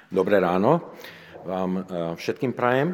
Dobré ráno vám všetkým prajem.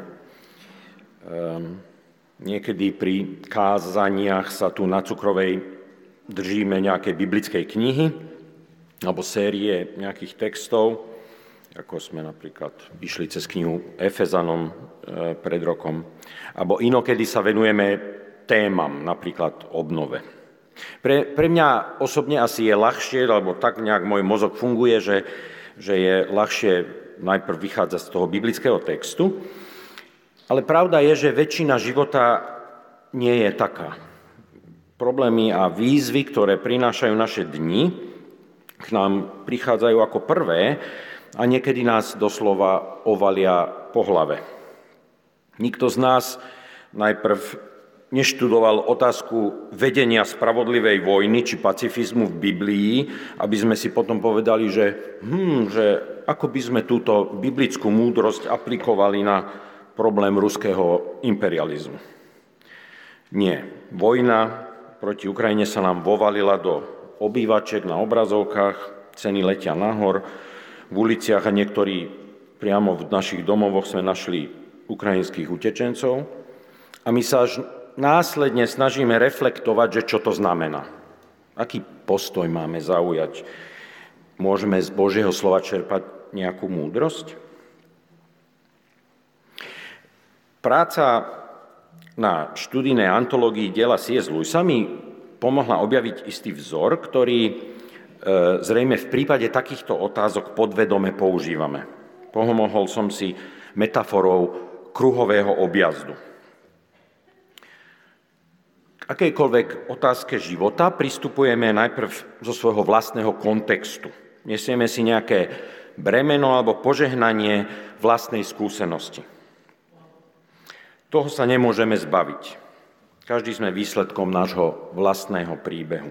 Niekedy pri kázaniach sa tu na Cukrovej držíme nejaké biblickej knihy alebo série nejakých textov, ako sme napríklad išli cez knihu Efezanom pred rokom, alebo inokedy sa venujeme témam, napríklad obnove. Pre mňa osobne asi je ľahšie, alebo tak nejak môj mozog funguje, že je ľahšie najprv vychádzať z toho biblického textu, ale pravda je, že väčšina života nie je taká. Problémy a výzvy, ktoré prinášajú naše dni, k nám prichádzajú ako prvé a niekedy nás doslova ovalia po hlave. Nikto z nás najprv neštudoval otázku vedenia spravodlivej vojny či pacifizmu v Biblii, aby sme si potom povedali, že ako by sme túto biblickú múdrosť aplikovali na problém ruského imperializmu. Nie. Vojna proti Ukrajine sa nám vovalila do obývačiek na obrazovkách, ceny letia nahor, v uliciach a niektorí priamo v našich domovoch sme našli ukrajinských utečencov a my sa až následne snažíme reflektovať, že čo to znamená. Aký postoj máme zaujať? Môžeme z Božieho slova čerpať nejakú múdrosť? Práca na študijnej antológii diela C.S. Lewisa mi pomohla objaviť istý vzor, ktorý zrejme v prípade takýchto otázok podvedome používame. Pomohol som si metaforou kruhového objazdu. K akejkoľvek otázke života pristupujeme najprv zo svojho vlastného kontextu. Nesieme si nejaké bremeno alebo požehnanie vlastnej skúsenosti. Toho sa nemôžeme zbaviť. Každý sme výsledkom nášho vlastného príbehu.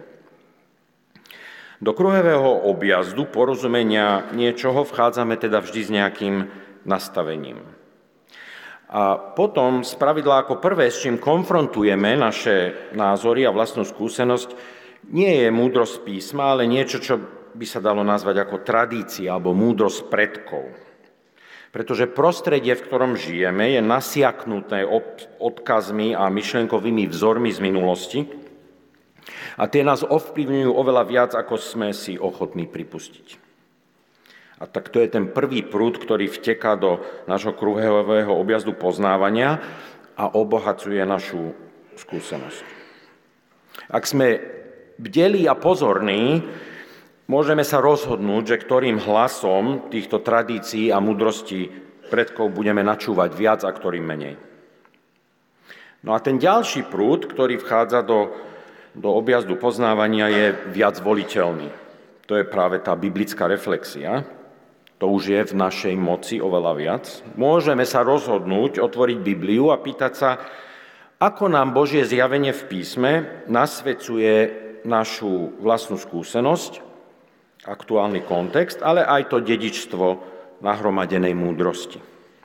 Do kruhového objazdu porozumenia niečoho vchádzame teda vždy s nejakým nastavením. A potom spravidla ako prvé, s čím konfrontujeme naše názory a vlastnú skúsenosť, nie je múdrosť písma, ale niečo, čo by sa dalo nazvať ako tradícia alebo múdrosť predkov. Pretože prostredie, v ktorom žijeme, je nasiaknuté odkazmi a myšlienkovými vzormi z minulosti a tie nás ovplyvňujú oveľa viac, ako sme si ochotní pripustiť. A tak to je ten prvý prúd, ktorý vteká do nášho kruhového objazdu poznávania a obohacuje našu skúsenosť. Ak sme bdelí a pozorní, môžeme sa rozhodnúť, že ktorým hlasom týchto tradícií a múdrostí predkov budeme načúvať viac a ktorým menej. No a ten ďalší prúd, ktorý vchádza do objazdu poznávania, je viac voliteľný. To je práve tá biblická reflexia. To už je v našej moci oveľa viac. Môžeme sa rozhodnúť, otvoriť Bibliu a pýtať sa, ako nám Božie zjavenie v písme nasvedcuje našu vlastnú skúsenosť, aktuálny kontext, ale aj to dedičstvo nahromadenej múdrosti.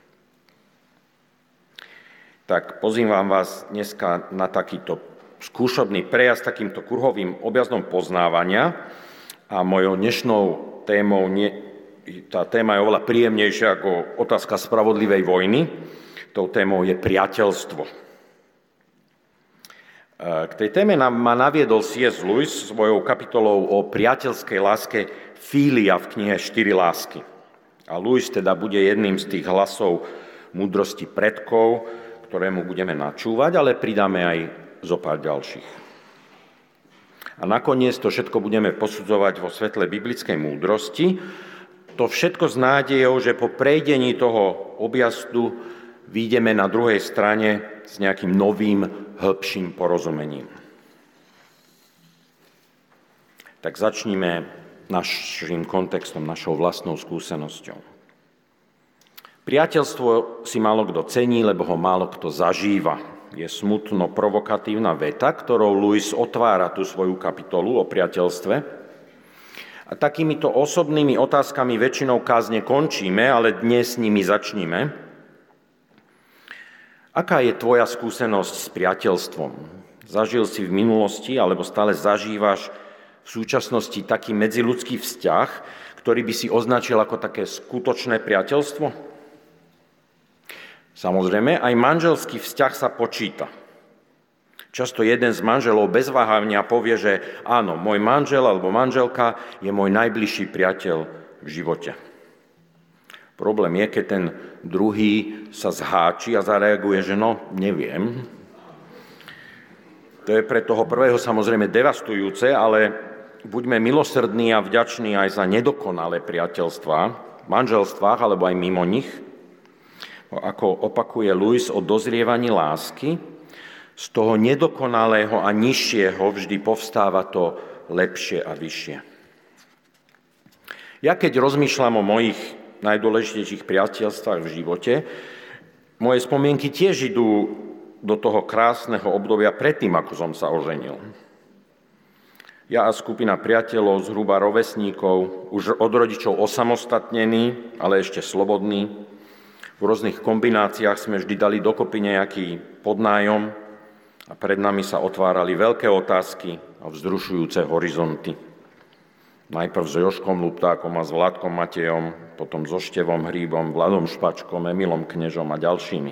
Tak pozývam vás dneska na takýto skúšobný prejazd takýmto kruhovým objazdom poznávania a mojou dnešnou témou tá téma je oveľa príjemnejšia ako otázka spravodlivej vojny. Tou témou je priateľstvo. K tej téme ma naviedol C.S. Lewis svojou kapitolou o priateľskej láske Fília v knihe 4 lásky. A Lewis teda bude jedným z tých hlasov múdrosti predkov, ktorému budeme načúvať, ale pridáme aj zo pár ďalších. A nakoniec to všetko budeme posudzovať vo svetle biblickej múdrosti, to všetko s nádejou, že po prejdení toho objazdu výjdeme na druhej strane s nejakým novým, hĺbším porozumením. Tak začníme našim kontextom, našou vlastnou skúsenosťou. Priateľstvo si málo kto cení, lebo ho málo kto zažíva. Je smutno provokatívna veta, ktorou Lewis otvára tú svoju kapitolu o priateľstve. A takýmito osobnými otázkami väčšinou kázne končíme, ale dnes s nimi začníme. Aká je tvoja skúsenosť s priateľstvom? Zažil si v minulosti, alebo stále zažívaš v súčasnosti taký medziľudský vzťah, ktorý by si označil ako také skutočné priateľstvo? Samozrejme, aj manželský vzťah sa počíta. Často jeden z manželov bez váhania povie, že áno, môj manžel alebo manželka je môj najbližší priateľ v živote. Problém je, keď ten druhý sa zháči a zareaguje, že no, neviem. To je pre toho prvého samozrejme devastujúce, ale buďme milosrdní a vďační aj za nedokonalé priateľstvá, v manželstvách alebo aj mimo nich. Ako opakuje Lewis o dozrievaní lásky, z toho nedokonalého a nižšieho vždy povstáva to lepšie a vyššie. Ja keď rozmýšľam o mojich najdôležitejších priateľstvách v živote, moje spomienky tiež idú do toho krásneho obdobia predtým, ako som sa oženil. Ja a skupina priateľov, zhruba rovesníkov, už od rodičov osamostatnení, ale ešte slobodní. V rôznych kombináciách sme vždy dali dokopy nejaký podnájom a pred nami sa otvárali veľké otázky a vzrušujúce horizonty. Najprv s Jožkom Luptákom a s Vládkom Matejom, potom so Števom Hríbom, Vladom Špačkom, Emilom Knežom a ďalšími.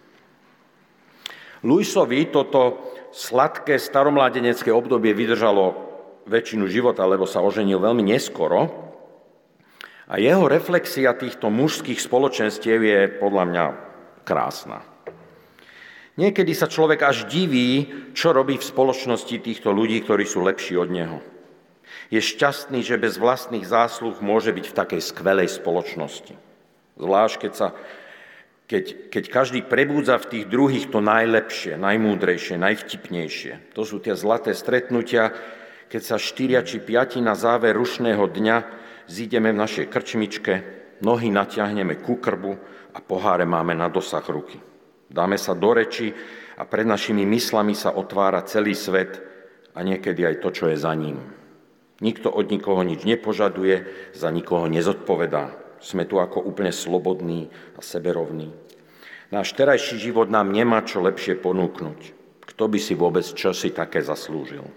Lewisovi toto sladké staromládenecké obdobie vydržalo väčšinu života, lebo sa oženil veľmi neskoro. A jeho reflexia týchto mužských spoločenstiev je podľa mňa krásna. Niekedy sa človek až diví, čo robí v spoločnosti týchto ľudí, ktorí sú lepší od neho. Je šťastný, že bez vlastných zásluh môže byť v takej skvelej spoločnosti. Zvlášť, keď každý prebúdza v tých druhých to najlepšie, najmúdrejšie, najvtipnejšie. To sú tie zlaté stretnutia, keď sa 4 či 5 na záver rušného dňa zídeme v našej krčmičke, nohy natiahneme ku krbu a poháre máme na dosah ruky. Dáme sa do reči a pred našimi myslami sa otvára celý svet a niekedy aj to, čo je za ním. Nikto od nikoho nič nepožaduje, za nikoho nezodpovedá. Sme tu ako úplne slobodní a seberovní. Náš terajší život nám nemá čo lepšie ponúknuť. Kto by si vôbec čosi také zaslúžil?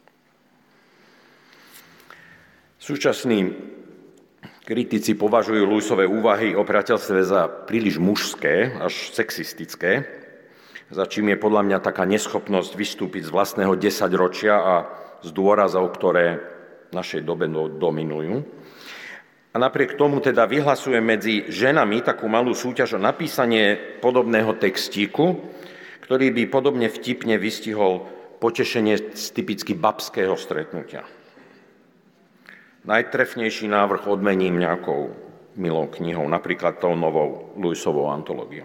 Súčasní kritici považujú Lewisove úvahy o priateľstve za príliš mužské, až sexistické, za čím je podľa mňa taká neschopnosť vystúpiť z vlastného desaťročia a z dôrazov, ktoré v našej dobe dominujú. A napriek tomu teda vyhlasujem medzi ženami takú malú súťaž o napísanie podobného textíku, ktorý by podobne vtipne vystihol potešenie z typicky babského stretnutia. Najtrefnejší návrh odmením nejakou milou knihou, napríklad tou novou Lewisovou antológiou.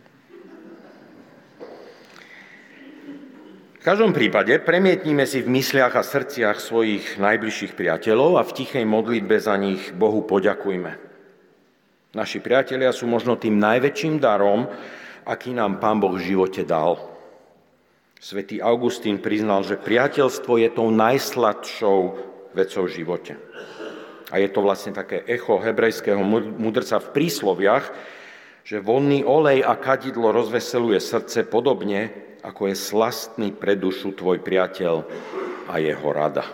V každom prípade premietnime si v mysliach a srdciach svojich najbližších priateľov a v tichej modlitbe za nich Bohu poďakujme. Naši priatelia sú možno tým najväčším darom, aký nám Pán Boh v živote dal. Svätý Augustín priznal, že priateľstvo je tou najsladšou vecou v živote. A je to vlastne také echo hebrejského mudrca v prísloviach, že vonný olej a kadidlo rozveseluje srdce podobne, ako je slastný pre dušu tvoj priateľ a jeho rada.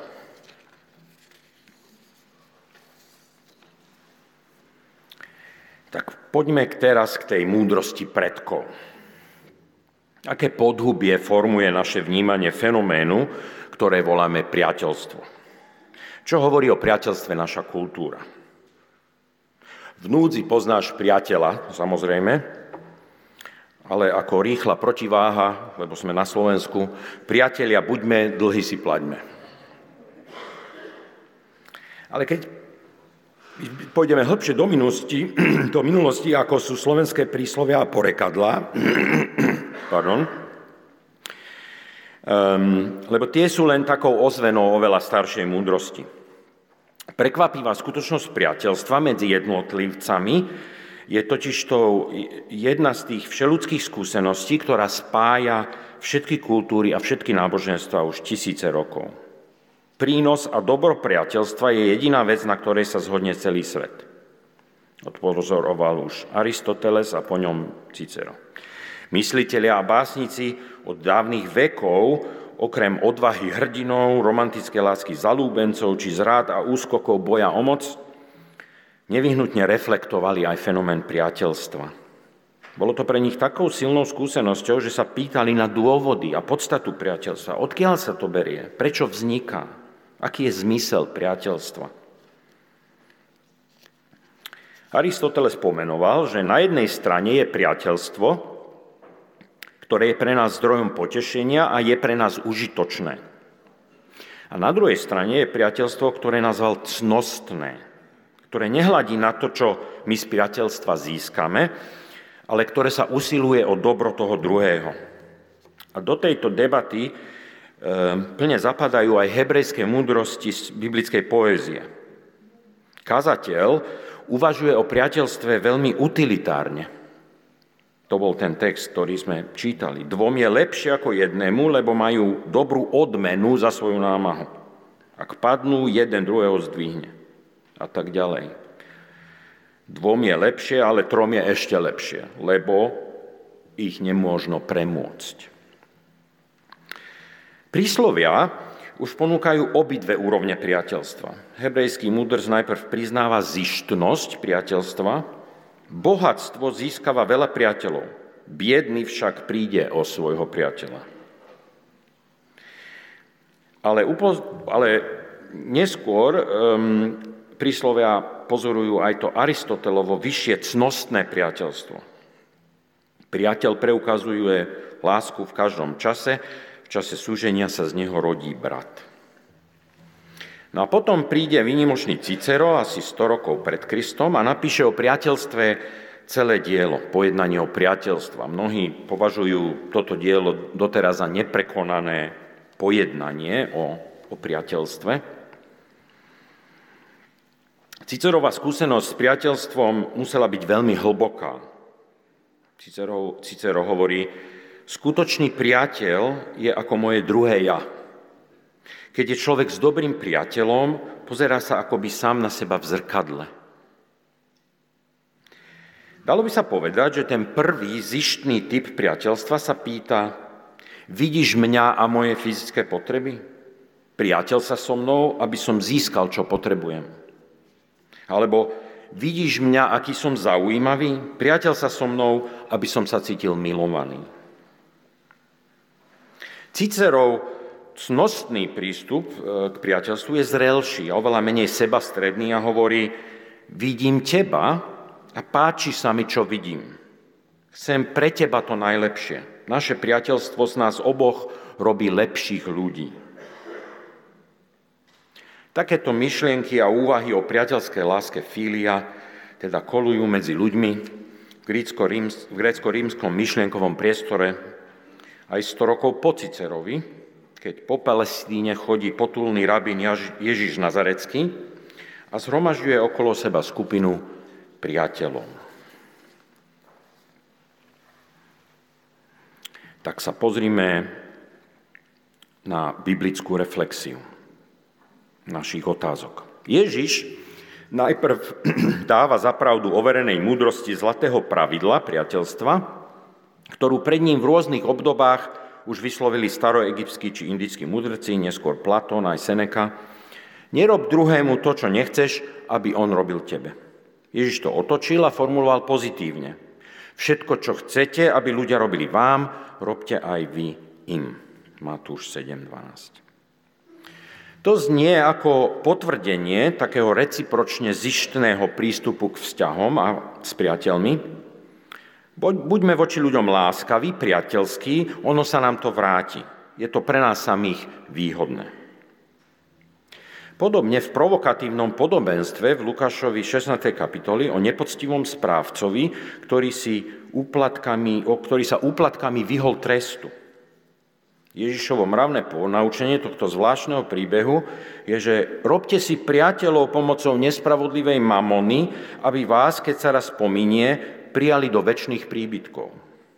Tak poďme teraz k tej múdrosti predkov. Aké podhubie formuje naše vnímanie fenoménu, ktoré voláme priateľstvo? Čo hovorí o priateľstve naša kultúra? V núdzi poznáš priateľa, samozrejme, ale ako rýchla protiváha, lebo sme na Slovensku, priatelia, buďme, dlhy si plaťme. Ale keď pôjdeme hlbšie do minulosti, ako sú slovenské príslovia a porekadlá, lebo tie sú len takou ozvenou oveľa staršej múdrosti. Prekvapivá skutočnosť priateľstva medzi jednotlivcami je totižto jedna z tých všeľudských skúseností, ktorá spája všetky kultúry a všetky náboženstva už tisíce rokov. Prínos a dobro priateľstva je jediná vec, na ktorej sa zhodne celý svet. Odpozoroval už Aristoteles a po ňom Cicero. Myslitelia a básnici od dávnych vekov, okrem odvahy hrdinov, romantické lásky zalúbencov či zrád a úskokov boja o moc, nevyhnutne reflektovali aj fenomén priateľstva. Bolo to pre nich takou silnou skúsenosťou, že sa pýtali na dôvody a podstatu priateľstva. Odkiaľ sa to berie? Prečo vzniká? Aký je zmysel priateľstva? Aristoteles pomenoval, že na jednej strane je priateľstvo, ktoré je pre nás zdrojom potešenia a je pre nás užitočné. A na druhej strane je priateľstvo, ktoré nazval cnostné, ktoré nehľadí na to, čo my z priateľstva získame, ale ktoré sa usiluje o dobro toho druhého. A do tejto debaty plne zapadajú aj hebrejské múdrosti z biblickej poézie. Kazateľ uvažuje o priateľstve veľmi utilitárne. To bol ten text, ktorý sme čítali. Dvom je lepšie ako jednému, lebo majú dobrú odmenu za svoju námahu. Ak padnú, jeden druhého zdvihne. A tak ďalej. Dvom je lepšie, ale trom je ešte lepšie, lebo ich nemôžno premôcť. Príslovia už ponúkajú obidve úrovne priateľstva. Hebrejský múdrc najprv priznáva zištnosť priateľstva, bohatstvo získava veľa priateľov, biedný však príde o svojho priateľa. Ale neskôr príslovia pozorujú aj to Aristotelovo vyššie cnostné priateľstvo. Priateľ preukazuje lásku v každom čase, v čase súženia sa z neho rodí brat. No a potom príde výnimočný Cicero, asi 100 rokov pred Kristom, a napíše o priateľstve celé dielo, pojednanie o priateľstva. Mnohí považujú toto dielo doteraz za neprekonané pojednanie o priateľstve. Cicerová skúsenosť s priateľstvom musela byť veľmi hlboká. Cicero hovorí, skutočný priateľ je ako moje druhé ja. Keď je človek s dobrým priateľom, pozerá sa akoby sám na seba v zrkadle. Dalo by sa povedať, že ten prvý zištný typ priateľstva sa pýta, vidíš mňa a moje fyzické potreby? Priateľ sa so mnou, aby som získal, čo potrebujem. Alebo vidíš mňa, aký som zaujímavý? Priateľ sa so mnou, aby som sa cítil milovaný. Cicerov cnostný prístup k priateľstvu je zrelší a oveľa menej sebastredný a hovorí, vidím teba a páči sa mi, čo vidím. Chcem pre teba to najlepšie. Naše priateľstvo z nás oboch robí lepších ľudí. Takéto myšlienky a úvahy o priateľskej láske filia teda kolujú medzi ľuďmi v grécko-rímskom myšlienkovom priestore aj 100 rokov po Cicerovi, keď po Palestíne chodí potulný rabín Ježiš Nazarecký a zhromažďuje okolo seba skupinu priateľov. Tak sa pozrime na biblickú reflexiu našich otázok. Ježiš najprv dáva za pravdu overenej múdrosti zlatého pravidla priateľstva, ktorú pred ním v rôznych obdobách už vyslovili staroegyptskí či indickí mudrci, neskôr Platón aj Seneca. Nerob druhému to, čo nechceš, aby on robil tebe. Ježiš to otočil a formuloval pozitívne. Všetko, čo chcete, aby ľudia robili vám, robte aj vy im. Matúš 7:12. To znie ako potvrdenie takého recipročne zištného prístupu k vzťahom a s priateľmi. Buďme voči ľuďom láskaví, priateľskí, ono sa nám to vráti. Je to pre nás samých výhodné. Podobne v provokatívnom podobenstve v Lukášovi 16. kapitoli o nepoctivom správcovi, ktorý sa úplatkami vyhol trestu. Ježišovo mravné ponaučenie tohto zvláštneho príbehu je, že robte si priateľov pomocou nespravodlivej mamony, aby vás, keď sa raz pominie, prijali do večných príbytkov.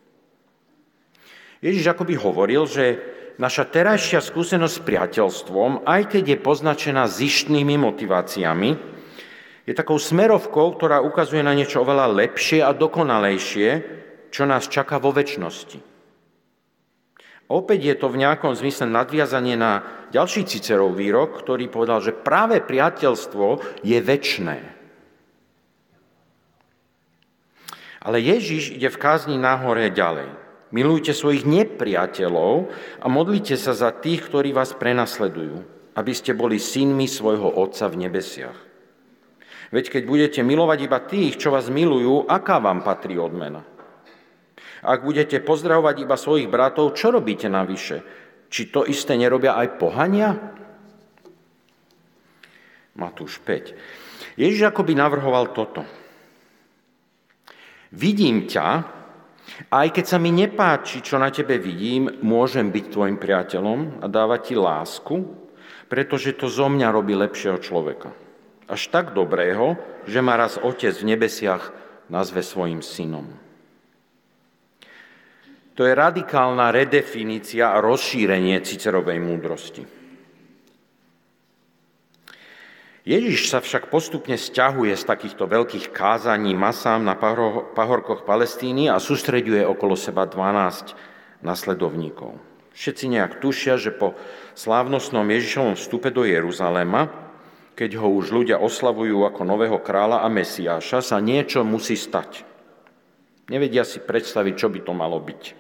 Ježiš akoby hovoril, že naša terajšia skúsenosť s priateľstvom, aj keď je poznačená zištnými motiváciami, je takou smerovkou, ktorá ukazuje na niečo oveľa lepšie a dokonalejšie, čo nás čaká vo večnosti. Opäť je to v nejakom zmysle nadviazanie na ďalší Cicerov výrok, ktorý povedal, že práve priateľstvo je večné. Ale Ježiš ide v kázni nahore ďalej. Milujte svojich nepriateľov a modlite sa za tých, ktorí vás prenasledujú, aby ste boli synmi svojho Otca v nebesiach. Veď keď budete milovať iba tých, čo vás milujú, aká vám patrí odmena? Ak budete pozdravovať iba svojich bratov, čo robíte navyše? Či to isté nerobia aj pohania? Matúš 5. Ježiš akoby navrhoval toto. Vidím ťa, aj keď sa mi nepáči, čo na tebe vidím, môžem byť tvojim priateľom a dávať ti lásku, pretože to zo mňa robí lepšieho človeka. Až tak dobrého, že ma raz Otec v nebesiach nazve svojim synom. To je radikálna redefinícia a rozšírenie Cicerovej múdrosti. Ježiš sa však postupne sťahuje z takýchto veľkých kázaní masám na pahorkoch Palestíny a sústreďuje okolo seba 12 nasledovníkov. Všetci nejak tušia, že po slávnostnom Ježišovom vstupe do Jeruzalema, keď ho už ľudia oslavujú ako nového kráľa a Mesiáša, sa niečo musí stať. Nevedia si predstaviť, čo by to malo byť.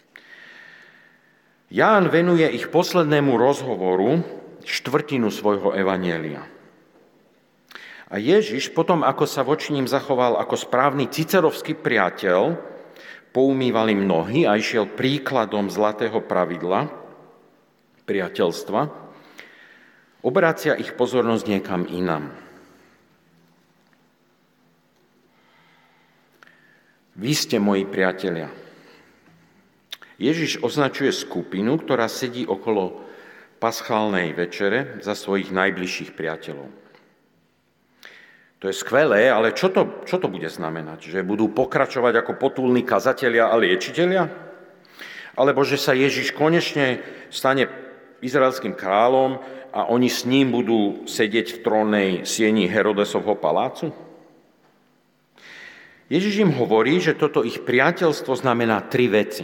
Ján venuje ich poslednému rozhovoru štvrtinu svojho evanjelia. A Ježiš potom, ako sa voči ním zachoval ako správny cicerovský priateľ, poumýval im nohy a išiel príkladom zlatého pravidla, priateľstva, obracia ich pozornosť niekam inam. Vy ste moji priatelia. Ježiš označuje skupinu, ktorá sedí okolo paschálnej večere za svojich najbližších priateľov. To je skvelé, ale čo to bude znamenať? Že budú pokračovať ako potulní kazatelia a liečitelia? Alebo že sa Ježiš konečne stane izraelským kráľom a oni s ním budú sedieť v trónnej sieni Herodesovho palácu? Ježiš im hovorí, že toto ich priateľstvo znamená 3 veci.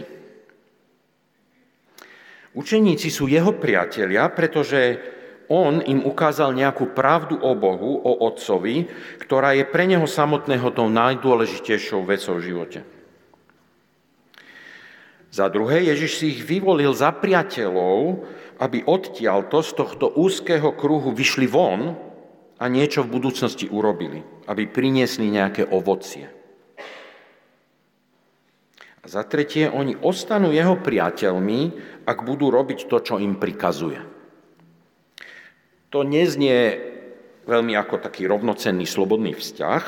Učeníci sú jeho priatelia, pretože on im ukázal nejakú pravdu o Bohu, o Otcovi, ktorá je pre neho samotného tou najdôležitejšou vecou v živote. Za druhé, Ježiš si ich vyvolil za priateľov, aby odtiaľto z tohto úzkeho kruhu vyšli von a niečo v budúcnosti urobili, aby priniesli nejaké ovocie. A za tretie, oni ostanú jeho priateľmi, ak budú robiť to, čo im prikazuje. To neznie veľmi ako taký rovnocenný slobodný vzťah,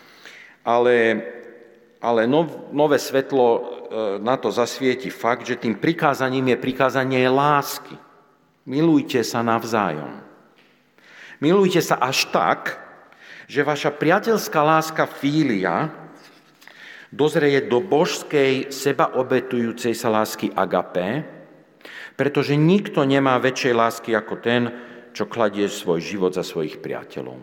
ale nové svetlo na to zasvieti fakt, že tým prikázaním je prikázanie lásky. Milujte sa navzájom. Milujte sa až tak, že vaša priateľská láska filia dozrie do božskej sebaobetujúcej sa lásky agapé, pretože nikto nemá väčšej lásky ako ten, čo kladie svoj život za svojich priateľov.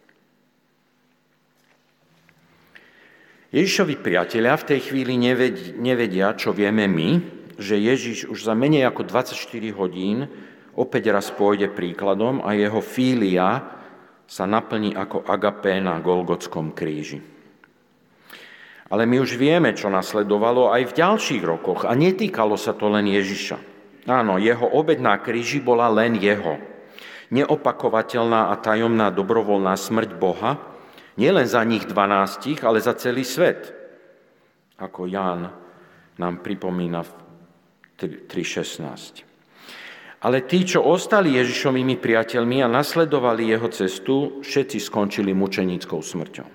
Ježišovi priatelia v tej chvíli nevedia, čo vieme my, že Ježiš už za menej ako 24 hodín opäť raz pôjde príkladom a jeho filia sa naplní ako agapé na Golgotskom kríži. Ale my už vieme, čo nasledovalo aj v ďalších rokoch a netýkalo sa to len Ježiša. Áno, jeho obeť na kríži bola len jeho. Neopakovateľná a tajomná dobrovoľná smrť Boha, nielen za nich 12, ale za celý svet, ako Ján nám pripomína v 3.16. Ale tí, čo ostali Ježišovými priateľmi a nasledovali jeho cestu, všetci skončili mučenickou smrťou.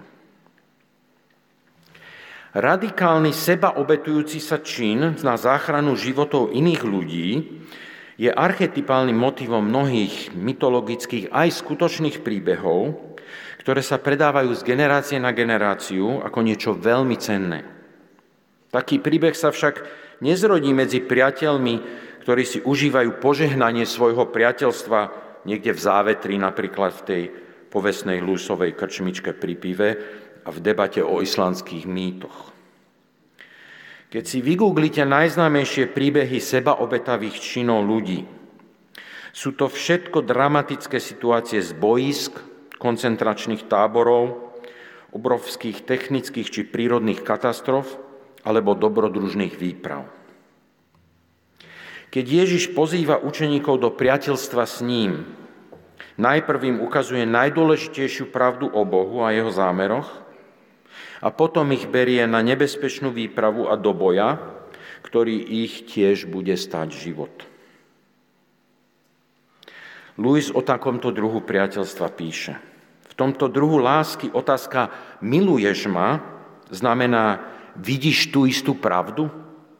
Radikálny sebaobetujúci sa čin na záchranu životov iných ľudí je archetypálnym motivom mnohých mytologických aj skutočných príbehov, ktoré sa predávajú z generácie na generáciu ako niečo veľmi cenné. Taký príbeh sa však nezrodí medzi priateľmi, ktorí si užívajú požehnanie svojho priateľstva niekde v závetri, napríklad v tej povestnej lúsovej krčmičke pri pive a v debate o islandských mýtoch. Keď si vygooglite najznámejšie príbehy sebaobetavých činov ľudí, sú to všetko dramatické situácie z bojísk, koncentračných táborov, obrovských technických či prírodných katastrof alebo dobrodružných výprav. Keď Ježiš pozýva učeníkov do priateľstva s ním, najprv im ukazuje najdôležitejšiu pravdu o Bohu a jeho zámeroch a potom ich berie na nebezpečnú výpravu a do boja, ktorý ich tiež bude stáť život. Lewis o takomto druhu priateľstva píše: v tomto druhu lásky otázka miluješ ma znamená vidíš tú istú pravdu?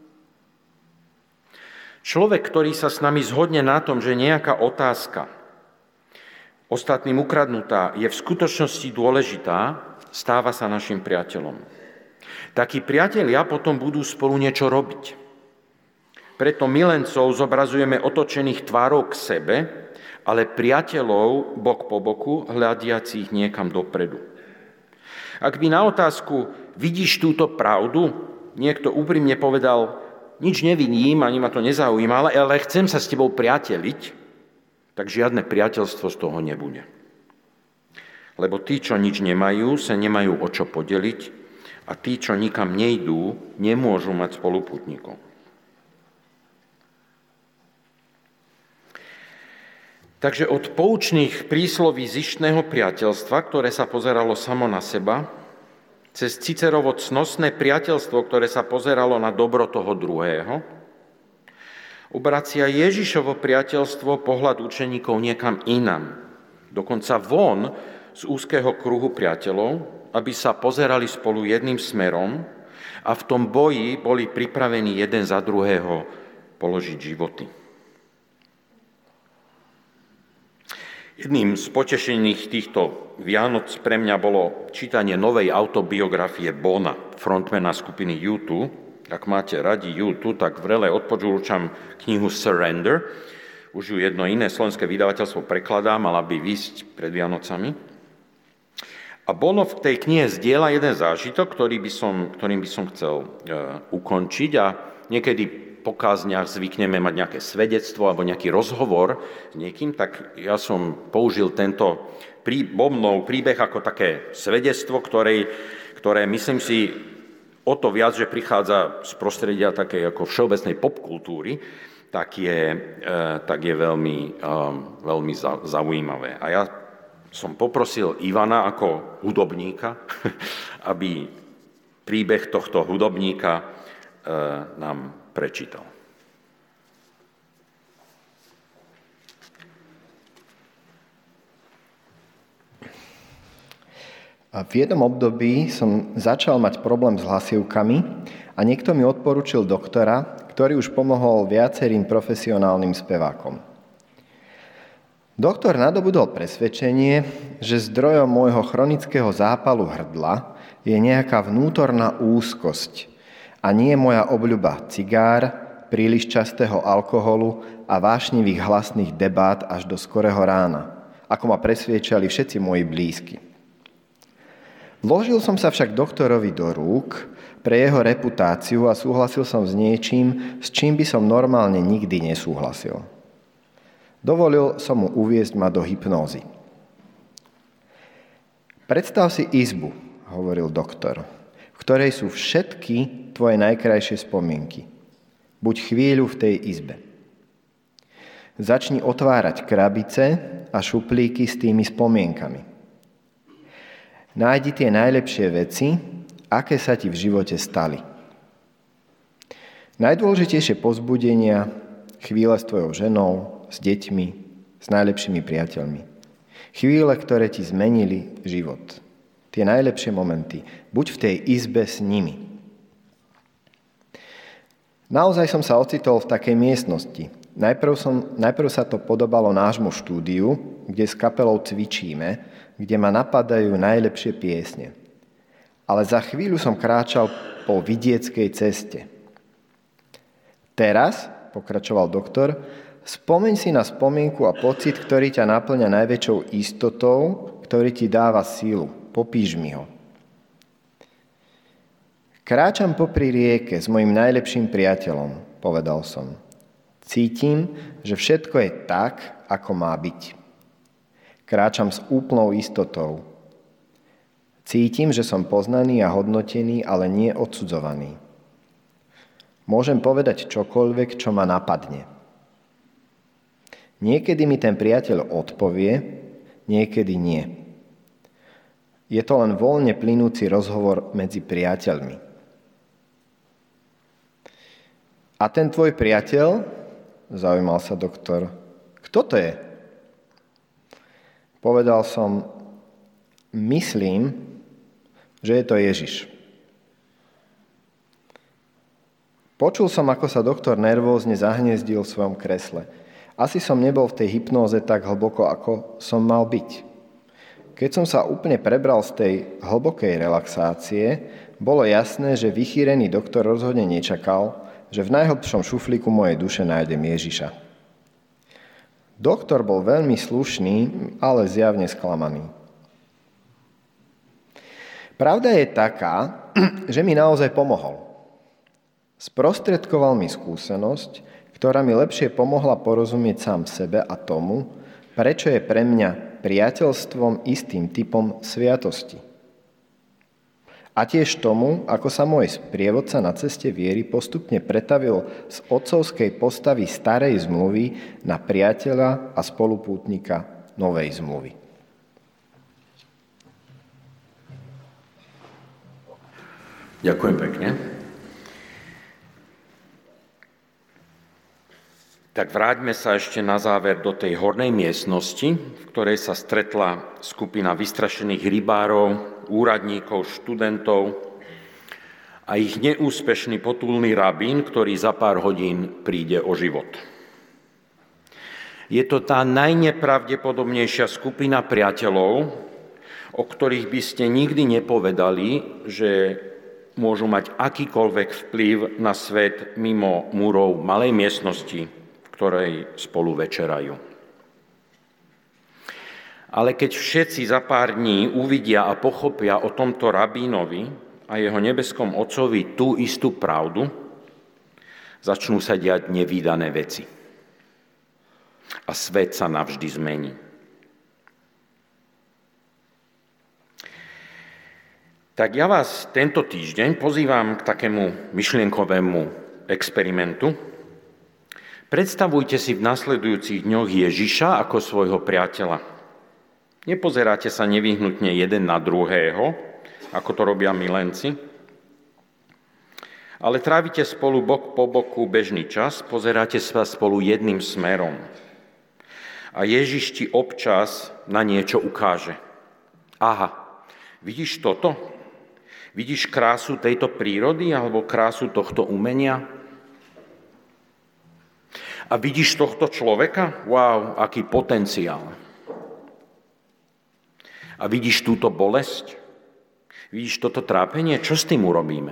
Človek, ktorý sa s nami zhodne na tom, že nejaká otázka ostatným ukradnutá je v skutočnosti dôležitá, stáva sa našim priateľom. Takí priatelia potom budú spolu niečo robiť. Preto milencov zobrazujeme otočených tvárou k sebe, ale priateľov bok po boku, hľadiacich niekam dopredu. Ak by na otázku vidíš túto pravdu, niekto úprimne povedal, nič nevidím, ani ma to nezaujíma, ale chcem sa s tebou priateliť, tak žiadne priateľstvo z toho nebude. Lebo tí, čo nič nemajú, sa nemajú o čo podeliť a tí, čo nikam nejdú, nemôžu mať spoluputníkov. Takže od poučných prísloví zištného priateľstva, ktoré sa pozeralo samo na seba, cez Cicerovo cnostné priateľstvo, ktoré sa pozeralo na dobro toho druhého, obracia Ježišovo priateľstvo pohľad učeníkov niekam inam, dokonca von z úzkeho kruhu priateľov, aby sa pozerali spolu jedným smerom a v tom boji boli pripravení jeden za druhého položiť životy. Jedným z potešených týchto Vianoc pre mňa bolo čítanie novej autobiografie Bona, frontmana skupiny U2. Ak máte radi U2, tak vrele odporúčam knihu Surrender. Už ju jedno iné slovenské vydavateľstvo prekladá, mala by výsť pred Vianocami. A Bono v tej knihe zdieľa jeden zážitok, ktorým by som chcel ukončiť a niekedy po kázniach zvykneme mať nejaké svedectvo alebo nejaký rozhovor s niekým, tak ja som použil tento Bonov príbeh ako také svedectvo, ktoré myslím si o to viac, že prichádza z prostredia takej ako všeobecnej popkultúry, tak je veľmi zaujímavé. A ja som poprosil Ivana ako hudobníka, aby príbeh tohto hudobníka nám prečítal. V jednom období som začal mať problém s hlasivkami a niekto mi odporučil doktora, ktorý už pomohol viacerým profesionálnym spevákom. Doktor nadobudol presvedčenie, že zdrojom môjho chronického zápalu hrdla je nejaká vnútorná úzkosť a nie moja obľuba cigár, príliš častého alkoholu a vášnivých hlasných debát až do skorého rána, ako ma presviečali všetci moji blízky. Vložil som sa však doktorovi do rúk pre jeho reputáciu a súhlasil som s niečím, s čím by som normálne nikdy nesúhlasil. Dovolil som mu uviesť ma do hypnózy. Predstav si izbu, hovoril doktor, v ktorej sú všetky tvoje najkrajšie spomienky. Buď chvíľu v tej izbe. Začni otvárať krabice a šuplíky s tými spomienkami. Nájdi tie najlepšie veci, aké sa ti v živote stali. Najdôležitejšie povzbudenia, chvíle s tvojou ženou, s deťmi, s najlepšími priateľmi. Chvíle, ktoré ti zmenili život. Tie najlepšie momenty. Buď v tej izbe s nimi. Naozaj som sa ocitol v takej miestnosti. Najprv sa to podobalo nášmu štúdiu, kde s kapelou cvičíme, kde ma napadajú najlepšie piesne. Ale za chvíľu som kráčal po vidieckej ceste. Teraz, pokračoval doktor, spomeň si na spomienku a pocit, ktorý ťa naplňa najväčšou istotou, ktorý ti dáva sílu. Popíš mi ho. Kráčam popri rieke s mojim najlepším priateľom, povedal som. Cítim, že všetko je tak, ako má byť. Kráčam s úplnou istotou. Cítim, že som poznaný a hodnotený, ale nie odsudzovaný. Môžem povedať čokoľvek, čo ma napadne. Niekedy mi ten priateľ odpovie, niekedy nie. Je to len voľne plynúci rozhovor medzi priateľmi. A ten tvoj priateľ? Zaujímal sa doktor. Kto to je? Povedal som, myslím, že je to Ježiš. Počul som, ako sa doktor nervózne zahniezdil v svojom kresle. Asi som nebol v tej hypnóze tak hlboko, ako som mal byť. Keď som sa úplne prebral z tej hlbokej relaxácie, bolo jasné, že vychýrený doktor rozhodne nečakal, že v najhlbšom šuflíku mojej duše nájdem Ježiša. Doktor bol veľmi slušný, ale zjavne sklamaný. Pravda je taká, že mi naozaj pomohol. Sprostredkoval mi skúsenosť, ktorá mi lepšie pomohla porozumieť sám sebe a tomu, prečo je pre mňa priateľstvom istým typom sviatosti. A tiež tomu, ako sa môj sprievodca na ceste viery postupne pretavil z otcovskej postavy starej zmluvy na priateľa a spolupútnika novej zmluvy. Ďakujem pekne. Tak vráťme sa ešte na záver do tej hornej miestnosti, v ktorej sa stretla skupina vystrašených rybárov, úradníkov, študentov a ich neúspešný potulný rabín, ktorý za pár hodín príde o život. Je to tá najnepravdepodobnejšia skupina priateľov, o ktorých by ste nikdy nepovedali, že môžu mať akýkoľvek vplyv na svet mimo múrov malej miestnosti, ktorej spolu večerajú. Ale keď všetci za pár dní uvidia a pochopia o tomto rabínovi a jeho nebeskom otcovi tú istú pravdu, začnú sa diať nevídané veci. A svet sa navždy zmení. Tak ja vás tento týždeň pozývam k takému myšlienkovému experimentu. Predstavujte si v nasledujúcich dňoch Ježiša ako svojho priateľa. Nepozeráte sa nevyhnutne jeden na druhého, ako to robia milenci, ale trávite spolu bok po boku bežný čas, pozeráte sa spolu jedným smerom. A Ježiš ti občas na niečo ukáže. Aha, vidíš toto? Vidíš krásu tejto prírody alebo krásu tohto umenia? A vidíš tohto človeka? Wow, aký potenciál. A vidíš túto bolesť? Vidíš toto trápenie? Čo s tým urobíme?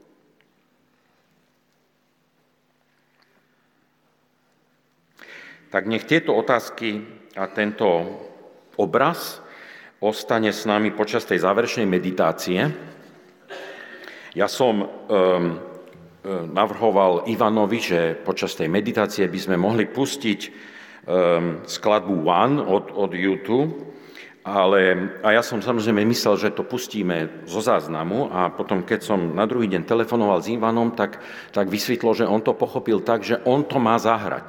Tak nech tieto otázky a tento obraz ostane s nami počas tej záverečnej meditácie. Ja som navrhoval Ivanovi, že počas tej meditácie by sme mohli pustiť skladbu One od YouTube, a ja som samozrejme myslel, že to pustíme zo záznamu a potom, keď som na druhý deň telefonoval s Ivanom, tak vysvetlo, že on to pochopil tak, že on to má zahrať.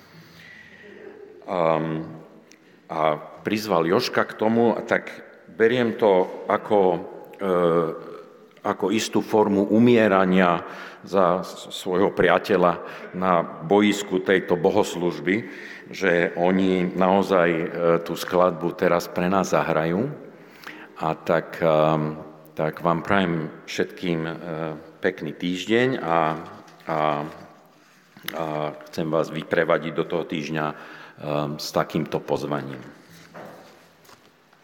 A prizval Jožka k tomu, tak beriem to ako istú formu umierania za svojho priateľa na boisku tejto bohoslužby, že oni naozaj tú skladbu teraz pre nás zahrajú. A tak vám prajem všetkým pekný týždeň a chcem vás vyprevadiť do toho týždňa s takýmto pozvaním.